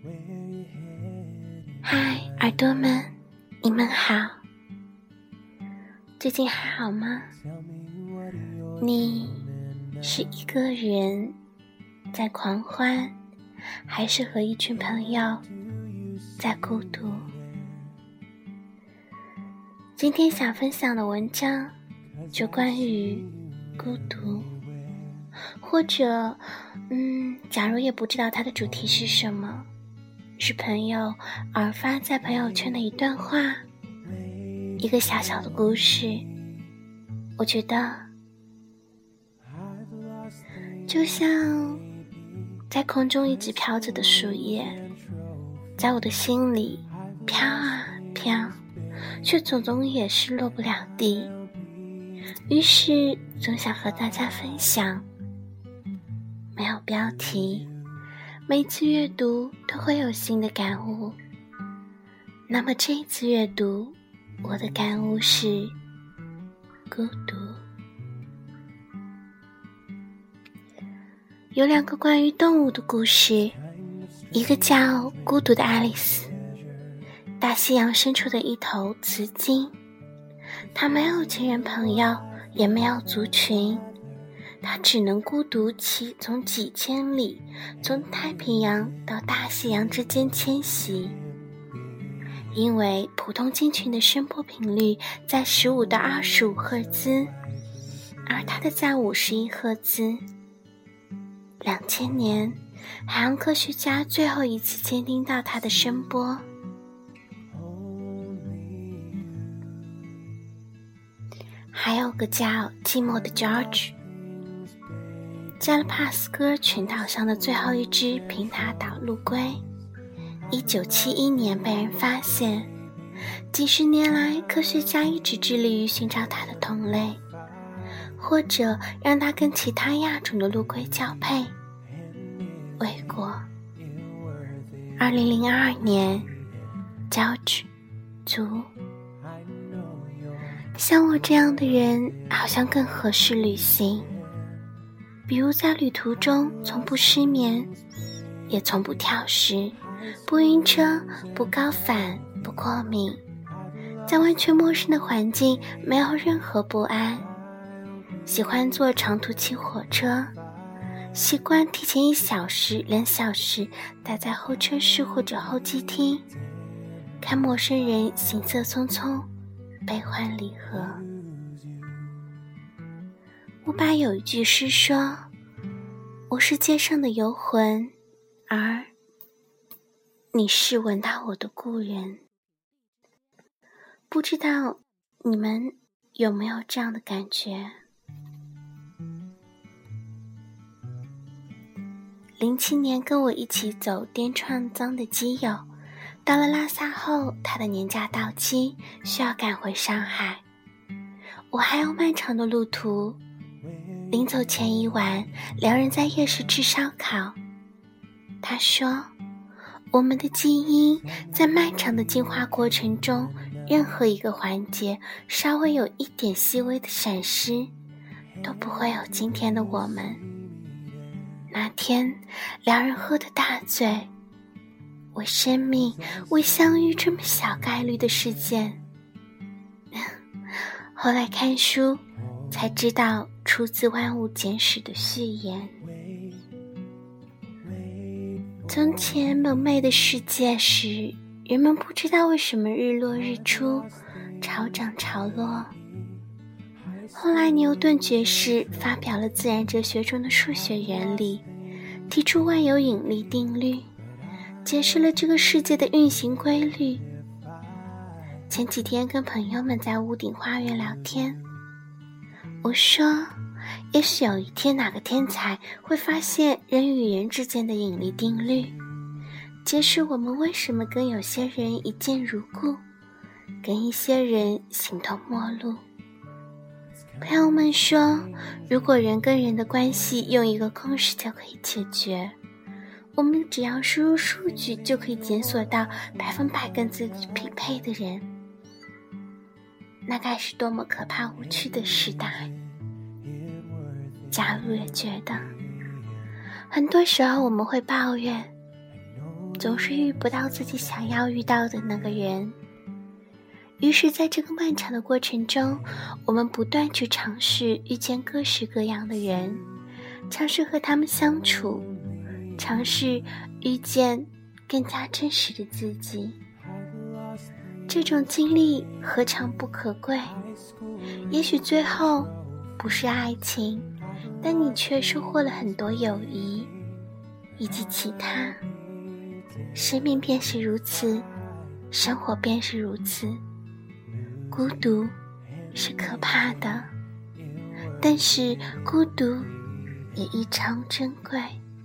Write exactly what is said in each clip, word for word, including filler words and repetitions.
嗨，耳朵们，你们好，最近还好吗？你是一个人在狂欢，还是和一群朋友在孤独？今天想分享的文章就关于孤独，或者嗯，假如也不知道它的主题是什么，是朋友耳发在朋友圈的一段话，一个小小的故事。我觉得就像在空中一直飘着的树叶，在我的心里飘啊飘，却总总也是落不了地，于是总想和大家分享。没有标题，每次阅读都会有新的感悟。那么这一次阅读，我的感悟是孤独。有两个关于动物的故事，一个叫《孤独的爱丽丝》。大西洋深处的一头雌鲸，它没有亲人朋友，也没有族群，它只能孤独其从几千里，从太平洋到大西洋之间迁徙。因为普通鲸群的声波频率在十五到二十五赫兹，而它的在五十一赫兹。两千年，海洋科学家最后一次监听到它的声波。还有个叫寂寞的 George， 加拉帕斯哥群岛上的最后一只平塔岛陆龟，一九七一年被人发现。几十年来，科学家一直致力于寻找它的同类，或者让它跟其他亚种的陆龟交配。未果。二零零二年 George 足。像我这样的人好像更合适旅行，比如在旅途中从不失眠，也从不挑食，不晕车，不高反，不过敏，在完全陌生的环境没有任何不安，喜欢坐长途骑火车，习惯提前一小时两小时待在候车室或者候机厅，看陌生人行色匆匆，悲欢离合。伍佰有一句诗说，我是街上的游魂，而你是闻到我的故人。不知道你们有没有这样的感觉？零七年跟我一起走滇川藏的基友，到了拉萨后，他的年假到期，需要赶回上海。我还有漫长的路途，临走前一晚，两人在夜市吃烧烤。他说，我们的基因在漫长的进化过程中，任何一个环节稍微有一点细微的闪失，都不会有今天的我们。那天，两人喝得大醉，为生命，为相遇这么小概率的事件。后来看书，才知道出自《万物简史》的序言。从前蒙昧的世界时，人们不知道为什么日落日出，潮涨潮落。后来牛顿爵士发表了自然哲学中的数学原理，提出万有引力定律，解释了这个世界的运行规律。前几天跟朋友们在屋顶花园聊天，我说，也许有一天哪个天才会发现人与人之间的引力定律，解释我们为什么跟有些人一见如故，跟一些人形同陌路。朋友们说，如果人跟人的关系用一个公式就可以解决，我们只要输入数据就可以检索到百分百跟自己匹配的人，那该是多么可怕无趣的时代。假如也觉得很多时候我们会抱怨， 总是遇不到自己想要遇到的那个人。于是在这个漫长的过程中，我们不断去尝试遇见各式各样的人，尝试和他们相处，尝试遇见更加真实的自己。这种经历何尝不可贵？也许最后不是爱情，但你却收获了很多友谊以及其他。生命便是如此，生活便是如此。孤独是可怕的，但是孤独也异常珍贵。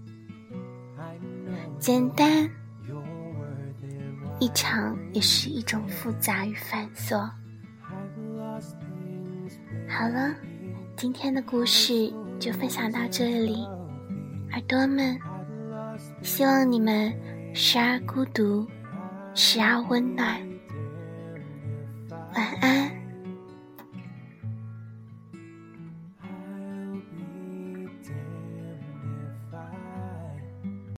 简单一场也是一种复杂与繁琐。好了，今天的故事就分享到这里，耳朵们，希望你们时而孤独，时而温暖。晚安。